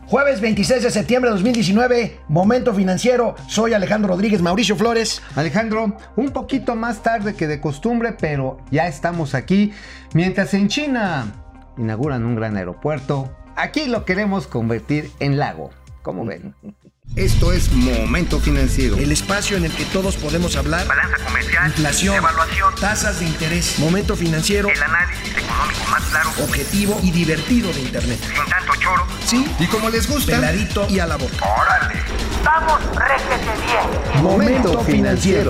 Jueves 26 de septiembre de 2019, Momento Financiero. Soy Alejandro Rodríguez, Mauricio Flores. Alejandro, un poquito más tarde que de costumbre, pero ya estamos aquí. Mientras en China inauguran un gran aeropuerto, aquí lo queremos convertir en lago. ¿Cómo ven? Esto es Momento Financiero. El espacio en el que todos podemos hablar. Balanza comercial, inflación, evaluación, tasas de interés. Momento Financiero. el análisis económico más claro, Objetivo y divertido de Internet. sin tanto choro. Sí, Y como les gusta, peladito y a la boca. ¡Órale! ¡Vamos, réjete bien! Momento Financiero.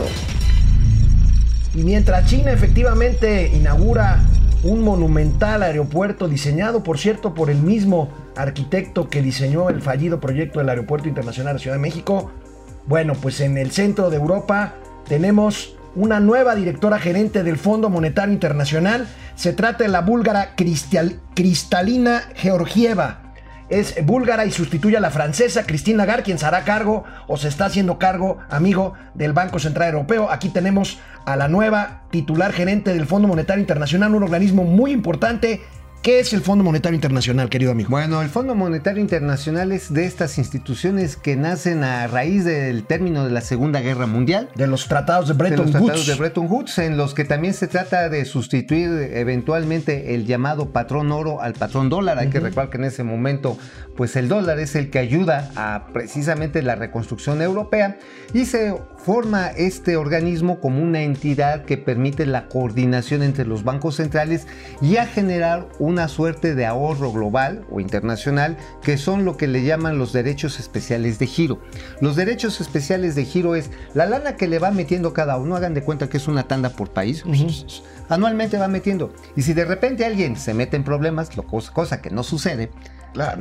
Y mientras China efectivamente inaugura un monumental aeropuerto diseñado, por cierto, por el mismo arquitecto que diseñó el fallido proyecto del Aeropuerto Internacional de Ciudad de México, bueno, pues en el centro de Europa tenemos una nueva directora gerente del Fondo Monetario Internacional. Se trata de la búlgara Kristalina Georgieva. Es búlgara y sustituye a la francesa Christine Lagarde, quien se hará cargo o se está haciendo cargo, amigo, del Banco Central Europeo. Aquí tenemos a la nueva titular gerente del Fondo Monetario Internacional, un organismo muy importante. ¿Qué es el Fondo Monetario Internacional, querido amigo? Bueno, el Fondo Monetario Internacional es de estas instituciones que nacen a raíz del término de la Segunda Guerra Mundial. De los tratados de Bretton Woods, en los que también se trata de sustituir eventualmente el llamado patrón oro al patrón dólar. Hay que recordar que en ese momento, pues el dólar es el que ayuda a precisamente la reconstrucción europea, y se forma este organismo como una entidad que permite la coordinación entre los bancos centrales y a generar una suerte de ahorro global o internacional, que son lo que le llaman los derechos especiales de giro. Los derechos especiales de giro es la lana que le va metiendo cada uno. Hagan de cuenta que es una tanda por país. Anualmente va metiendo. Y si de repente alguien se mete en problemas, cosa que no sucede, claro,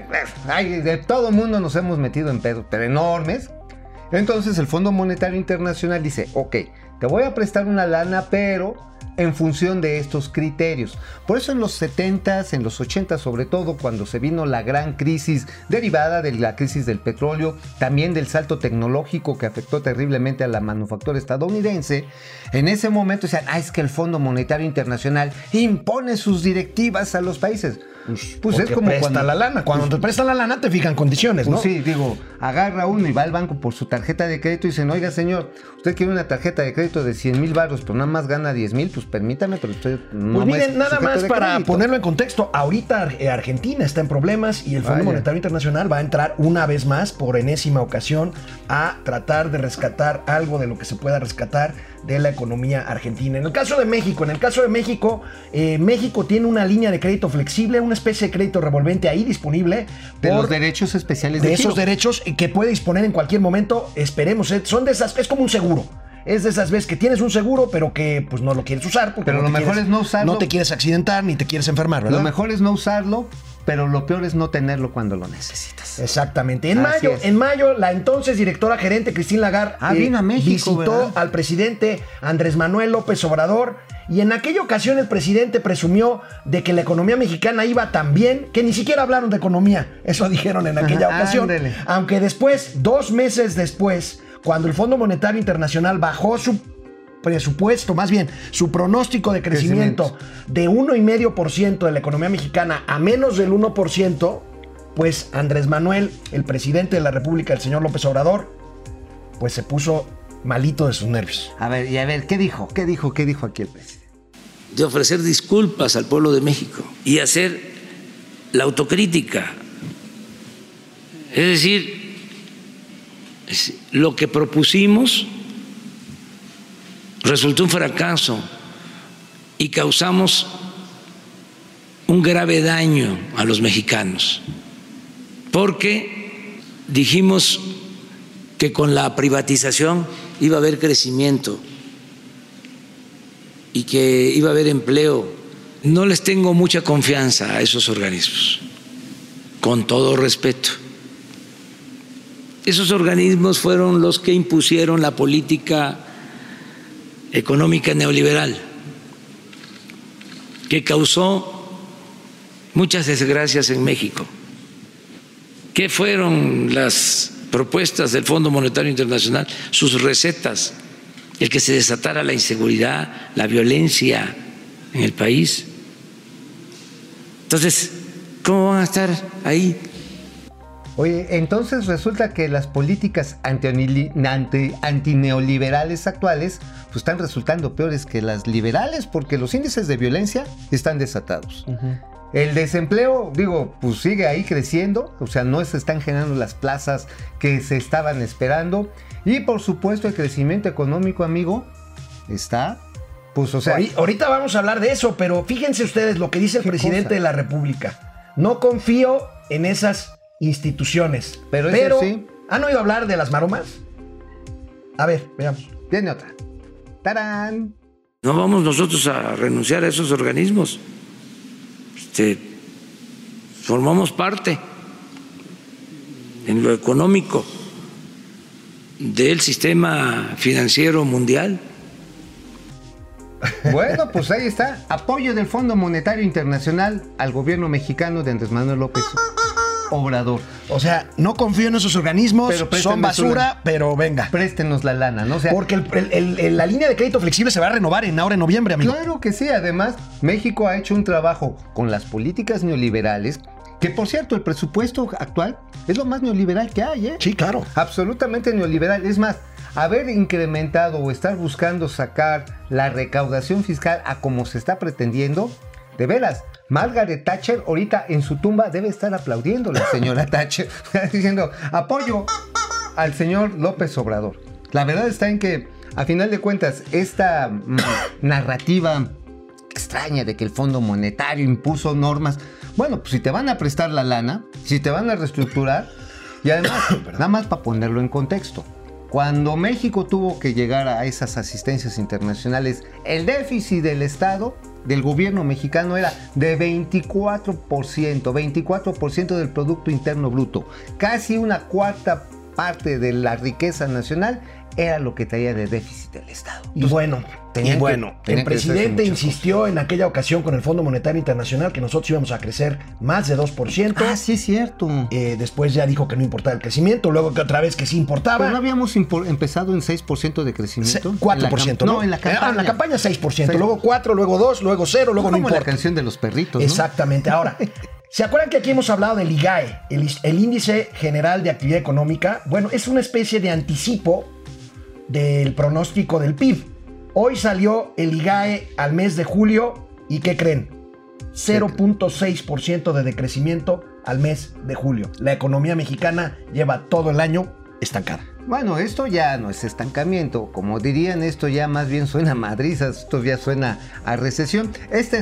de todo el mundo nos hemos metido en pedos, pero enormes. Entonces el Fondo Monetario Internacional dice, ok, te voy a prestar una lana, pero en función de estos criterios. Por eso en los 70s, en los 80s sobre todo, cuando se vino la gran crisis derivada de la crisis del petróleo, también del salto tecnológico que afectó terriblemente a la manufactura estadounidense, en ese momento decían, es que el Fondo Monetario Internacional impone sus directivas a los países. Pues es como cuando la lana. Cuando te prestan la lana te fijan condiciones, ¿no? Pues sí, digo, agarra uno y va al banco por su tarjeta de crédito y dicen, oiga señor, usted quiere una tarjeta de crédito de 100,000 varos, pero nada más gana 10,000, pues permítame, pero usted no pues miren, nada más para crédito. ponerlo en contexto, ahorita Argentina está en problemas y el Fondo Monetario Internacional va a entrar una vez más, por enésima ocasión, a tratar de rescatar algo de lo que se pueda rescatar de la economía argentina. En el caso de México, México tiene una línea de crédito flexible, una especie de crédito revolvente ahí disponible de los derechos especiales de esos derechos que puede disponer en cualquier momento. Esperemos, son de esas, es como un seguro. Es de esas veces que tienes un seguro, pero que pues no lo quieres usar. Pero lo mejor es no usarlo. No te quieres accidentar ni te quieres enfermar, ¿verdad? Lo mejor es no usarlo, pero lo peor es no tenerlo cuando lo necesitas. Exactamente. En mayo, la entonces directora gerente Christine Lagarde vino a México, visitó ¿verdad? al presidente Andrés Manuel López Obrador, y en aquella ocasión el presidente presumió de que la economía mexicana iba tan bien que ni siquiera hablaron de economía. Eso dijeron en aquella ocasión. Ándale. Aunque después, 2 meses después, cuando el Fondo Monetario Internacional bajó su presupuesto, más bien su pronóstico de crecimiento de 1,5% de la economía mexicana a menos del 1%, pues Andrés Manuel, el presidente de la República, el señor López Obrador, pues se puso malito de sus nervios. A ver, ¿qué dijo? ¿Qué dijo aquí el presidente? De ofrecer disculpas al pueblo de México y hacer la autocrítica. Es decir, lo que propusimos resultó un fracaso y causamos un grave daño a los mexicanos, porque dijimos que con la privatización iba a haber crecimiento y que iba a haber empleo. No les tengo mucha confianza a esos organismos, con todo respeto. Esos organismos fueron los que impusieron la política económica neoliberal, que causó muchas desgracias en México. ¿Qué fueron las propuestas del Fondo Monetario Internacional? Sus recetas, el que se desatara la inseguridad, la violencia en el país. Entonces, ¿cómo van a estar ahí Oye, entonces resulta que las políticas antineoliberales actuales pues están resultando peores que las liberales porque los índices de violencia están desatados. El desempleo, pues sigue ahí creciendo, o sea, no se están generando las plazas que se estaban esperando. Y por supuesto el crecimiento económico, amigo, está, pues o sea... Ahorita vamos a hablar de eso, pero fíjense ustedes lo que dice el presidente de la República. No confío en esas instituciones. Pero sí. ¿Han oído hablar de las maromas? A ver, veamos. Viene otra. ¡Tarán! No vamos nosotros a renunciar a esos organismos. Formamos parte en lo económico del sistema financiero mundial. Bueno, pues ahí está. Apoyo del Fondo Monetario Internacional al gobierno mexicano de Andrés Manuel López Obrador. O sea, no confío en esos organismos, son basura, pero venga. Préstenos la lana, ¿no? O sea, porque la línea de crédito flexible se va a renovar ahora en noviembre, amigo. Claro que sí. Además, México ha hecho un trabajo con las políticas neoliberales, que por cierto, el presupuesto actual es lo más neoliberal que hay, ¿eh? Sí, claro. Absolutamente neoliberal. Es más, haber incrementado o estar buscando sacar la recaudación fiscal a como se está pretendiendo, de veras, Margaret Thatcher ahorita en su tumba debe estar aplaudiendo la señora Thatcher, diciendo apoyo al señor López Obrador. La verdad está en que, a final de cuentas, esta narrativa extraña de que el Fondo Monetario impuso normas, bueno, pues si te van a prestar la lana, si te van a reestructurar, y además, nada más para ponerlo en contexto, cuando México tuvo que llegar a esas asistencias internacionales, el déficit del Estado, del gobierno mexicano, era de 24% del Producto Interno Bruto. Casi una cuarta parte de la riqueza nacional era lo que traía de déficit del Estado. Entonces, el presidente insistió en aquella ocasión con el Fondo Monetario Internacional que nosotros íbamos a crecer más de 2%. Ah, sí, es cierto. Después ya dijo que no importaba el crecimiento, luego que otra vez que sí importaba. Pero no habíamos empezado en 6% de crecimiento. 4%, ¿no? En la campaña. En la campaña 6%, luego 4, luego 2, luego 0, luego no importa. La canción de los perritos, ¿no? Exactamente. Ahora, ¿se acuerdan que aquí hemos hablado del IGAE, el Índice General de Actividad Económica? Bueno, es una especie de anticipo del pronóstico del PIB. Hoy salió el IGAE al mes de julio y ¿qué creen? 0.6% de decrecimiento al mes de julio. La economía mexicana lleva todo el año estancada. Bueno, esto ya no es estancamiento, como dirían, esto ya más bien suena a madrizas, esto ya suena a recesión. Este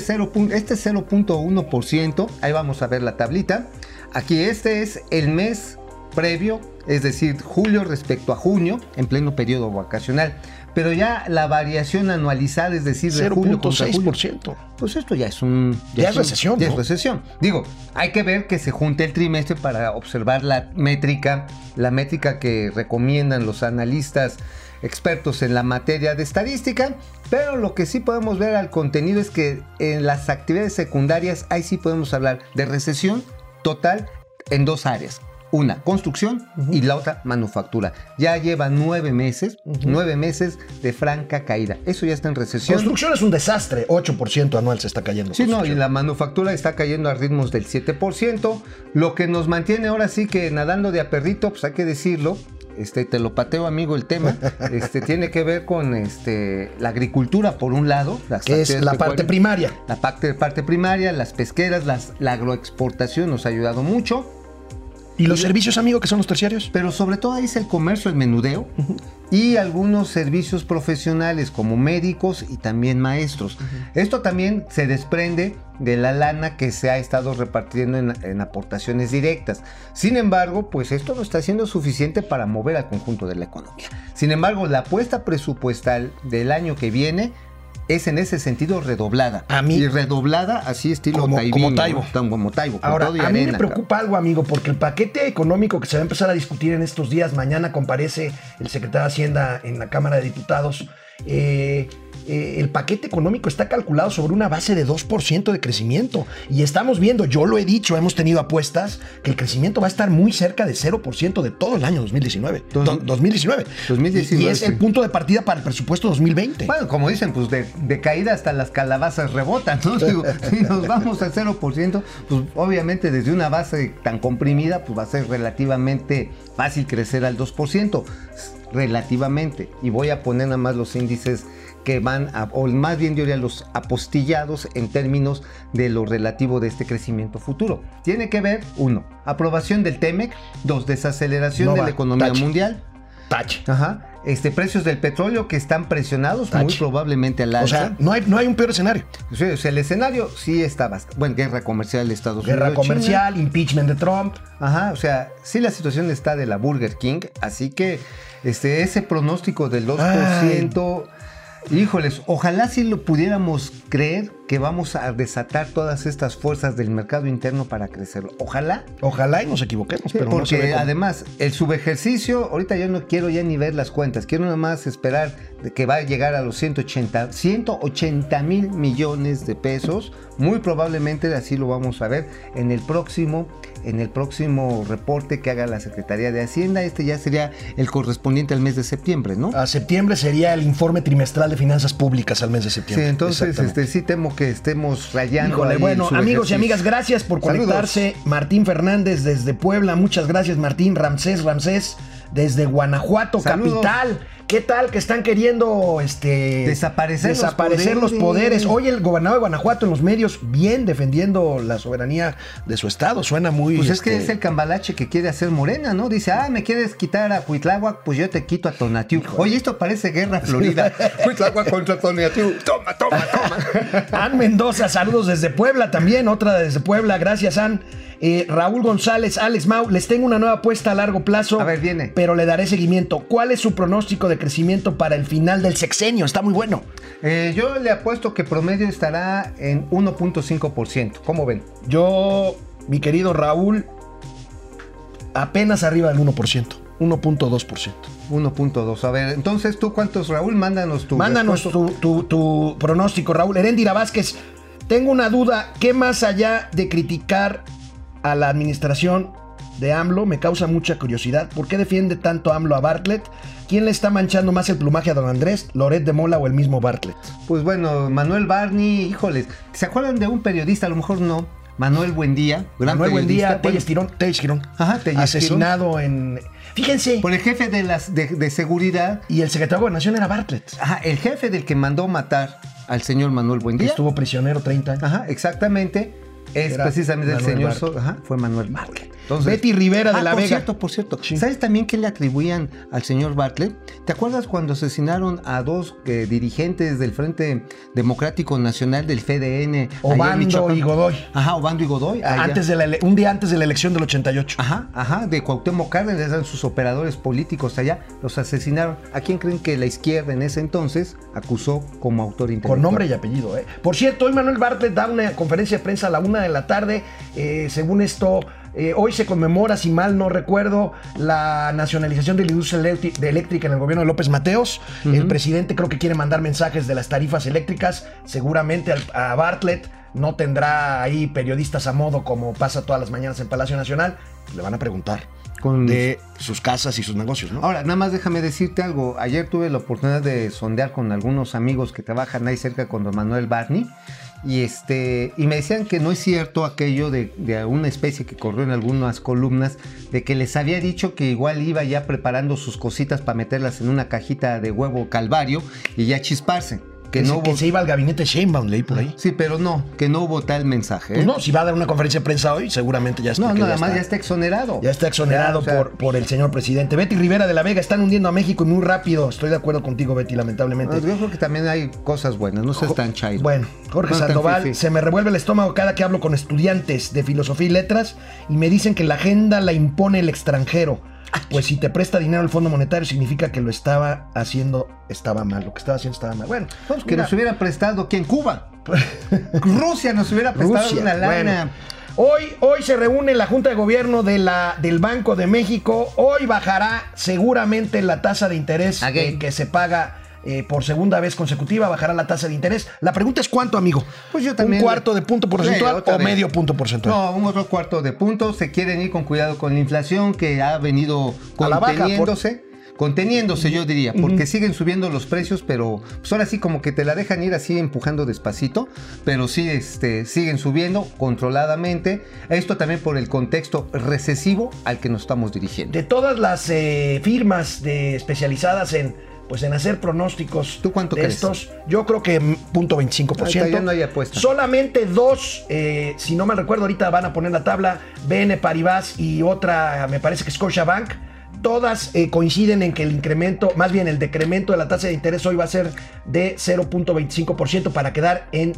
0.1%, ahí vamos a ver la tablita. Aquí este es el mes previo, es decir, julio respecto a junio, en pleno periodo vacacional. Pero ya la variación anualizada, es decir, de julio contra julio, 0.6%. pues esto ya es recesión, ya ¿no? es recesión. Digo, hay que ver que se junte el trimestre para observar la métrica que recomiendan los analistas expertos en la materia de estadística, pero lo que sí podemos ver al contenido es que en las actividades secundarias, ahí sí podemos hablar de recesión total en dos áreas. Una, construcción, y la otra, manufactura. Ya lleva 9 meses, 9 meses de franca caída. Eso ya está en recesión. Construcción es un desastre, 8% anual se está cayendo. Sí, no, y la manufactura está cayendo a ritmos del 7%, lo que nos mantiene ahora sí que nadando de a perrito, pues hay que decirlo. Te lo pateo, amigo, el tema. Tiene que ver con la agricultura, por un lado. Que es la parte primaria. La parte primaria, las pesqueras, la agroexportación nos ha ayudado mucho. ¿Y los servicios, amigo, que son los terciarios? Pero sobre todo ahí es el comercio, el menudeo, y algunos servicios profesionales como médicos y también maestros. Esto también se desprende de la lana que se ha estado repartiendo en aportaciones directas. Sin embargo, pues esto no está siendo suficiente para mover al conjunto de la economía. Sin embargo, la apuesta presupuestal del año que viene es en ese sentido redoblada. Y redoblada así estilo como Taibo. Como Taibo. Ahora, todo y a arena, mí me preocupa algo, amigo, porque el paquete económico que se va a empezar a discutir en estos días, mañana comparece el secretario de Hacienda en la Cámara de Diputados, el paquete económico está calculado sobre una base de 2% de crecimiento. Y estamos viendo, yo lo he dicho, hemos tenido apuestas, que el crecimiento va a estar muy cerca de 0% de todo el año 2019. 2019. Y es el punto de partida para el presupuesto 2020. Bueno, como dicen, pues de caída hasta las calabazas rebotan, ¿no? Digo, si nos vamos al 0%, pues obviamente desde una base tan comprimida, pues va a ser relativamente fácil crecer al 2%. Relativamente. Y voy a poner nada más los índices que van o más bien yo diría los apostillados en términos de lo relativo de este crecimiento futuro. Tiene que ver, 1, aprobación del TEMEC, 2, desaceleración de la economía mundial. Ajá. Precios del petróleo que están presionados muy probablemente al alza. O sea, no hay un peor escenario. O sea, el escenario sí está bastante. Bueno, guerra comercial de Estados Unidos. Guerra comercial, China. Impeachment de Trump. Ajá, o sea, sí la situación está de la Burger King, así que ese pronóstico del 2%, híjoles, ojalá sí lo pudiéramos creer que vamos a desatar todas estas fuerzas del mercado interno para crecerlo. Ojalá. Ojalá y nos equivoquemos, pero porque no se ve cómo. Además, el subejercicio, ahorita yo no quiero ya ni ver las cuentas, quiero nada más esperar de que va a llegar a los 180 mil millones de pesos. Muy probablemente así lo vamos a ver en el próximo reporte que haga la Secretaría de Hacienda. Ya sería el correspondiente al mes de septiembre, ¿no? A septiembre sería el informe trimestral de finanzas públicas al mes de septiembre. Sí, entonces sí temo que estemos rayando. Híjole, bueno, amigos y amigas, gracias por conectarse. Saludos. Martín Fernández desde Puebla, muchas gracias Martín. Ramsés desde Guanajuato, saludos. Capital. ¿Qué tal que están queriendo desaparecer los poderes? Hoy el gobernador de Guanajuato en los medios bien defendiendo la soberanía de su estado. Suena muy... Pues es que es el cambalache que quiere hacer Morena, ¿no? Dice, me quieres quitar a Cuitláhuac, pues yo te quito a Tonatiuh. Oye, esto parece Guerra Florida. Cuitláhuac contra Tonatiuh. Toma. Ann Mendoza, saludos desde Puebla también. Otra desde Puebla. Gracias, Ann. Raúl González, Alex Mau, les tengo una nueva apuesta a largo plazo. A ver, viene. Pero le daré seguimiento. ¿Cuál es su pronóstico de crecimiento para el final del sexenio? Está muy bueno. Yo le apuesto que promedio estará en 1.5%. ¿Cómo ven? Yo, mi querido Raúl, apenas arriba del 1%. 1.2%. 1.2. A ver, entonces, ¿tú cuántos, Raúl? Mándanos tu pronóstico, Raúl. Heréndira Vázquez, tengo una duda. ¿Qué más allá de criticar a la administración de AMLO? Me causa mucha curiosidad. ¿Por qué defiende tanto AMLO a Bartlett? ¿Quién le está manchando más el plumaje a don Andrés? ¿Loret de Mola o el mismo Bartlett? Pues bueno, Manuel Barney, híjoles. ¿Se acuerdan de un periodista? A lo mejor no. Manuel Buendía, gran Manuel periodista. Buendía, Telles Girón. Ajá, Telles asesinado Girón. Fíjense. Por el jefe de seguridad. Y el secretario de Gobernación era Bartlett. Ajá, el jefe del que mandó matar al señor Manuel Buendía. Que estuvo prisionero 30 años. Ajá, exactamente. Es era precisamente Manuel el señor fue Manuel Bartlett. Entonces, Betty Rivera de la Vega. Por cierto. Sí. ¿Sabes también qué le atribuían al señor Bartlett? ¿Te acuerdas cuando asesinaron a dos dirigentes del Frente Democrático Nacional del FDN? Obando y Godoy. Ajá, Obando y Godoy. Un día antes de la elección del 88. Ajá, de Cuauhtémoc Cárdenas, eran sus operadores políticos allá. Los asesinaron. ¿A quién creen que la izquierda en ese entonces acusó como autor intelectual? Con nombre y apellido, ¿eh? Por cierto, hoy Manuel Bartlett da una conferencia de prensa a la 1 de la tarde. Según esto, hoy se conmemora, si mal no recuerdo, la nacionalización de la industria eléctrica en el gobierno de López Mateos. El presidente creo que quiere mandar mensajes de las tarifas eléctricas. Seguramente a Bartlett no tendrá ahí periodistas a modo como pasa todas las mañanas en Palacio Nacional. Le van a preguntar de sus casas y sus negocios, ¿no? Ahora, nada más déjame decirte algo. Ayer tuve la oportunidad de sondear con algunos amigos que trabajan ahí cerca con don Manuel Barney. Y me decían que no es cierto aquello de una especie que corrió en algunas columnas, de que les había dicho que igual iba ya preparando sus cositas para meterlas en una cajita de huevo calvario y ya chisparse. Que se iba al gabinete Sheinbaum, leí por ahí. Sí, pero no, que no hubo tal mensaje. Pues no, si va a dar una conferencia de prensa hoy, seguramente ya está. No, nada más ya está exonerado. Ya está exonerado por el señor presidente. Betty Rivera de la Vega, están hundiendo a México y muy rápido. Estoy de acuerdo contigo, Betty, lamentablemente. No, yo creo que también hay cosas buenas, no seas tan chairo. Bueno, Jorge Sandoval, se me revuelve el estómago cada que hablo con estudiantes de filosofía y letras y me dicen que la agenda la impone el extranjero. Pues si te presta dinero el Fondo Monetario significa que lo estaba haciendo estaba mal. Lo que estaba haciendo estaba mal. Bueno, pues que nos hubiera prestado ¿quién? Cuba. Rusia nos hubiera prestado una lana. Bueno, hoy se reúne la Junta de Gobierno del Banco de México. Hoy bajará seguramente la tasa de interés que se paga por segunda vez consecutiva, bajará la tasa de interés. La pregunta es ¿cuánto, amigo? Pues yo también. ¿Un cuarto de punto porcentual o medio punto porcentual? No, un otro cuarto de punto. Se quieren ir con cuidado con la inflación que ha venido A la baja, conteniéndose, yo diría, porque siguen subiendo los precios, pero pues ahora sí como que te la dejan ir así empujando despacito, pero sí siguen subiendo controladamente. Esto también por el contexto recesivo al que nos estamos dirigiendo. De todas las firmas especializadas en hacer pronósticos ¿Tú cuánto de crees? estos, yo creo que 0.25%. Ya no hay apuesta. Solamente dos, si no mal recuerdo, ahorita van a poner la tabla, BNP Paribas y otra, me parece que Scotiabank. Todas coinciden en que el incremento, más bien el decremento de la tasa de interés hoy va a ser de 0.25% para quedar en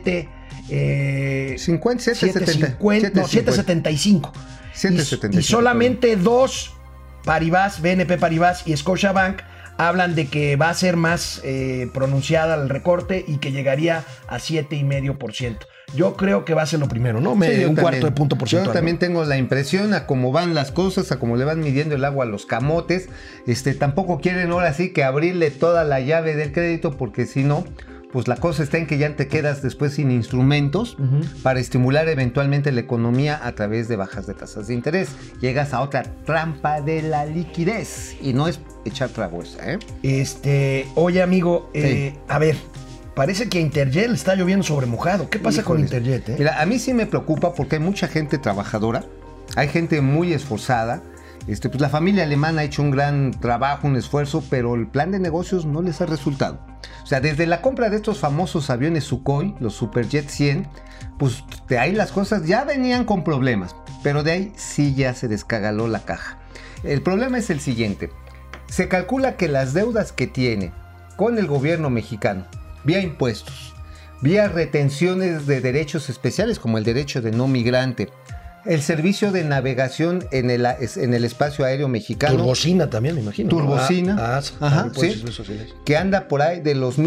7.75. Y solamente dos, BNP Paribas y Scotiabank, hablan de que va a ser más pronunciada el recorte y que llegaría a 7.5%. Yo creo que va a ser lo primero, ¿no? Un cuarto de punto porcentual. Yo también tengo la impresión, a cómo van las cosas, a cómo le van midiendo el agua a los camotes. Tampoco quieren ahora sí que abrirle toda la llave del crédito, porque si no, pues la cosa está en que ya te quedas después sin instrumentos para estimular eventualmente la economía a través de bajas de tasas de interés. Llegas a otra trampa de la liquidez y no es echar trago esa, ¿eh? Oye, amigo, Sí. A ver, parece que a Interjet le está lloviendo sobre mojado. ¿Qué pasa con Interjet? Mira, a mí sí me preocupa porque hay mucha gente trabajadora, hay gente muy esforzada. Pues la familia alemana ha hecho un gran trabajo, un esfuerzo, pero el plan de negocios no les ha resultado. O sea, desde la compra de estos famosos aviones Sukhoi, los Superjet 100, pues de ahí las cosas ya venían con problemas, pero de ahí sí ya se descagaló la caja. El problema es el siguiente: se calcula que las deudas que tiene con el gobierno mexicano, vía impuestos, vía retenciones de derechos especiales como el derecho de no migrante, el servicio de navegación en el espacio aéreo mexicano. Turbocina también, me imagino. Turbocina, sí, sociales. que anda por ahí de los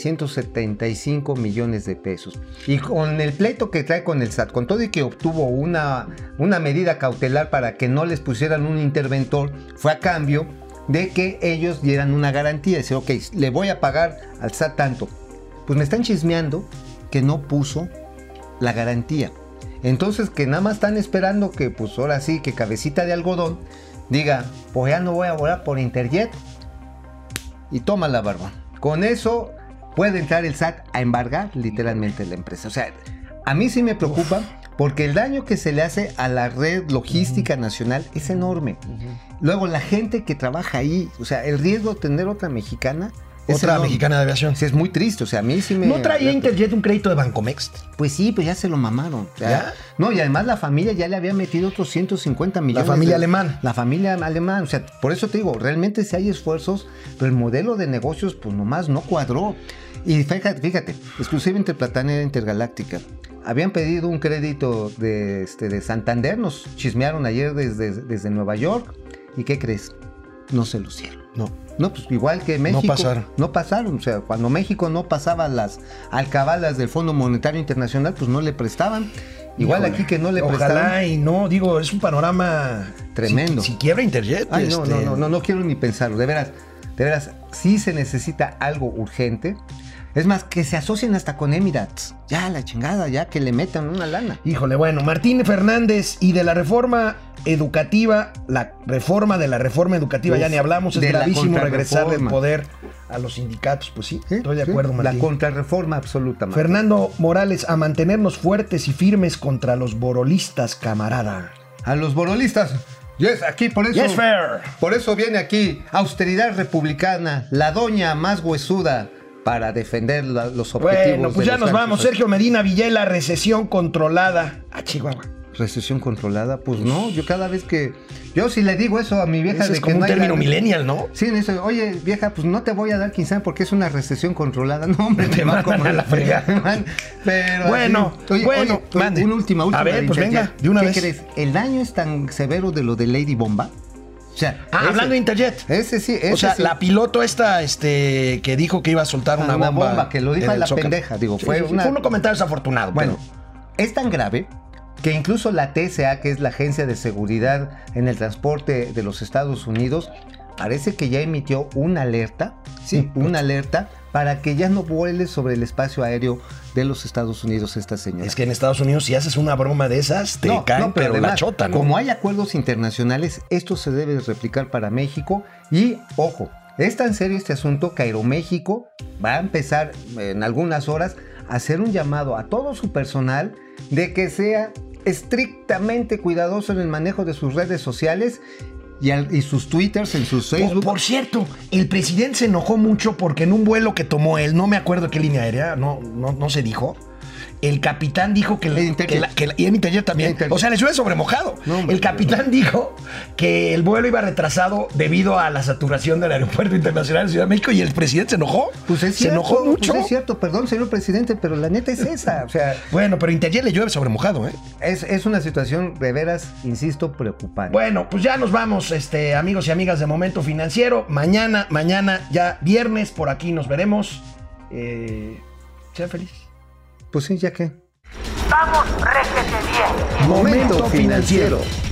1,975 millones de pesos. Y con el pleito que trae con el SAT, con todo y que obtuvo una medida cautelar para que no les pusieran un interventor, fue a cambio de que ellos dieran una garantía. Decir, ok, le voy a pagar al SAT tanto. Pues me están chismeando que no puso la garantía. Entonces que nada más están esperando que pues ahora sí, que cabecita de algodón diga, pues ya no voy a volar por Interjet. Y toma la barba. Con eso puede entrar el SAT a embargar literalmente la empresa. O sea, a mí sí me preocupa porque el daño que se le hace a la red logística nacional es enorme. Luego la gente que trabaja ahí, o sea, el riesgo de tener otra mexicana. Otra mexicana de aviación. Sí, es muy triste, o sea, a mí sí me... ¿No traía Interjet un crédito de Bancomext? Pues sí, pues ya se lo mamaron. O sea, ¿Ya? No, y además la familia ya le había metido otros 150 millones. La familia alemán. La familia alemán, o sea, por eso te digo, realmente sí hay esfuerzos, pero el modelo de negocios pues nomás no cuadró. Y fíjate, exclusiva interplanetaria intergaláctica. Habían pedido un crédito de Santander, nos chismearon ayer desde Nueva York. ¿Y qué crees? No se lo hicieron. No, pues igual que México. No pasaron. O sea, cuando México no pasaba las alcabalas del Fondo Monetario Internacional, pues no le prestaban. Igual aquí que no le prestaban. Ojalá y no, digo, es un panorama tremendo. Si quiebra Interjet. Ay, no quiero ni pensarlo. De veras, sí se necesita algo urgente. Es más, que se asocien hasta con Emirates. Ya, la chingada, ya que le metan una lana. Híjole, bueno, Martín Fernández, y de la reforma educativa, la reforma educativa, ya ni hablamos, es gravísimo regresar del poder a los sindicatos. Pues sí, estoy de acuerdo, Martín. La contrarreforma absoluta, Martín. Fernando Morales, a mantenernos fuertes y firmes contra los borolistas, camarada. A los borolistas. Yes, aquí por eso. Yes, fair. Por eso viene aquí austeridad republicana, la doña más huesuda, para defender los objetivos. Bueno, pues ya nos vamos. Sergio Medina Villela, recesión controlada a Chihuahua. ¿Recesión controlada? Pues no, yo cada vez que... Yo si le digo eso a mi vieja... Ese de es que como no un término millennial, ¿no? Sí, eso, oye, vieja, pues no te voy a dar quincena porque es una recesión controlada. No, hombre, te mandan a la fregada. Pero bueno, oye, una última. A ver, pues venga, de una vez. ¿Qué crees? ¿El daño es tan severo de lo de Lady Bomba? O sea, hablando de Interjet. Ese sí. O sea, la piloto esta que dijo que iba a soltar una bomba. Que lo dijo a la pendeja. Digo, fue un comentario desafortunado. Bueno, es tan grave que incluso la TSA, que es la Agencia de Seguridad en el Transporte de los Estados Unidos, parece que ya emitió una alerta, sí, una alerta para que ya no vuele sobre el espacio aéreo de los Estados Unidos esta señora. Es que en Estados Unidos, si haces una broma de esas, te caen, pero además, la chota, ¿no? Como hay acuerdos internacionales, esto se debe replicar para México. Y, ojo, es tan serio este asunto que Aeroméxico va a empezar en algunas horas a hacer un llamado a todo su personal de que sea estrictamente cuidadoso en el manejo de sus redes sociales y sus twitters, en sus Facebook. Por cierto, el presidente se enojó mucho porque en un vuelo que tomó él, no me acuerdo qué línea aérea, no se dijo. El capitán dijo que y en Interjet también. O sea, le llueve sobre mojado. No, el capitán dijo que el vuelo iba retrasado debido a la saturación del Aeropuerto Internacional de Ciudad de México y el presidente se enojó. Pues es cierto, se enojó mucho. Pues es cierto, perdón, señor presidente, pero la neta es esa. O sea, bueno, pero Interjet le llueve sobre mojado, ¿eh? Es una situación de veras, insisto, preocupante. Bueno, pues ya nos vamos, amigos y amigas de Momento Financiero. Mañana, ya viernes, por aquí nos veremos. Sean felices. Pues sí, ya que. Vamos, réjete bien. Momento Financiero.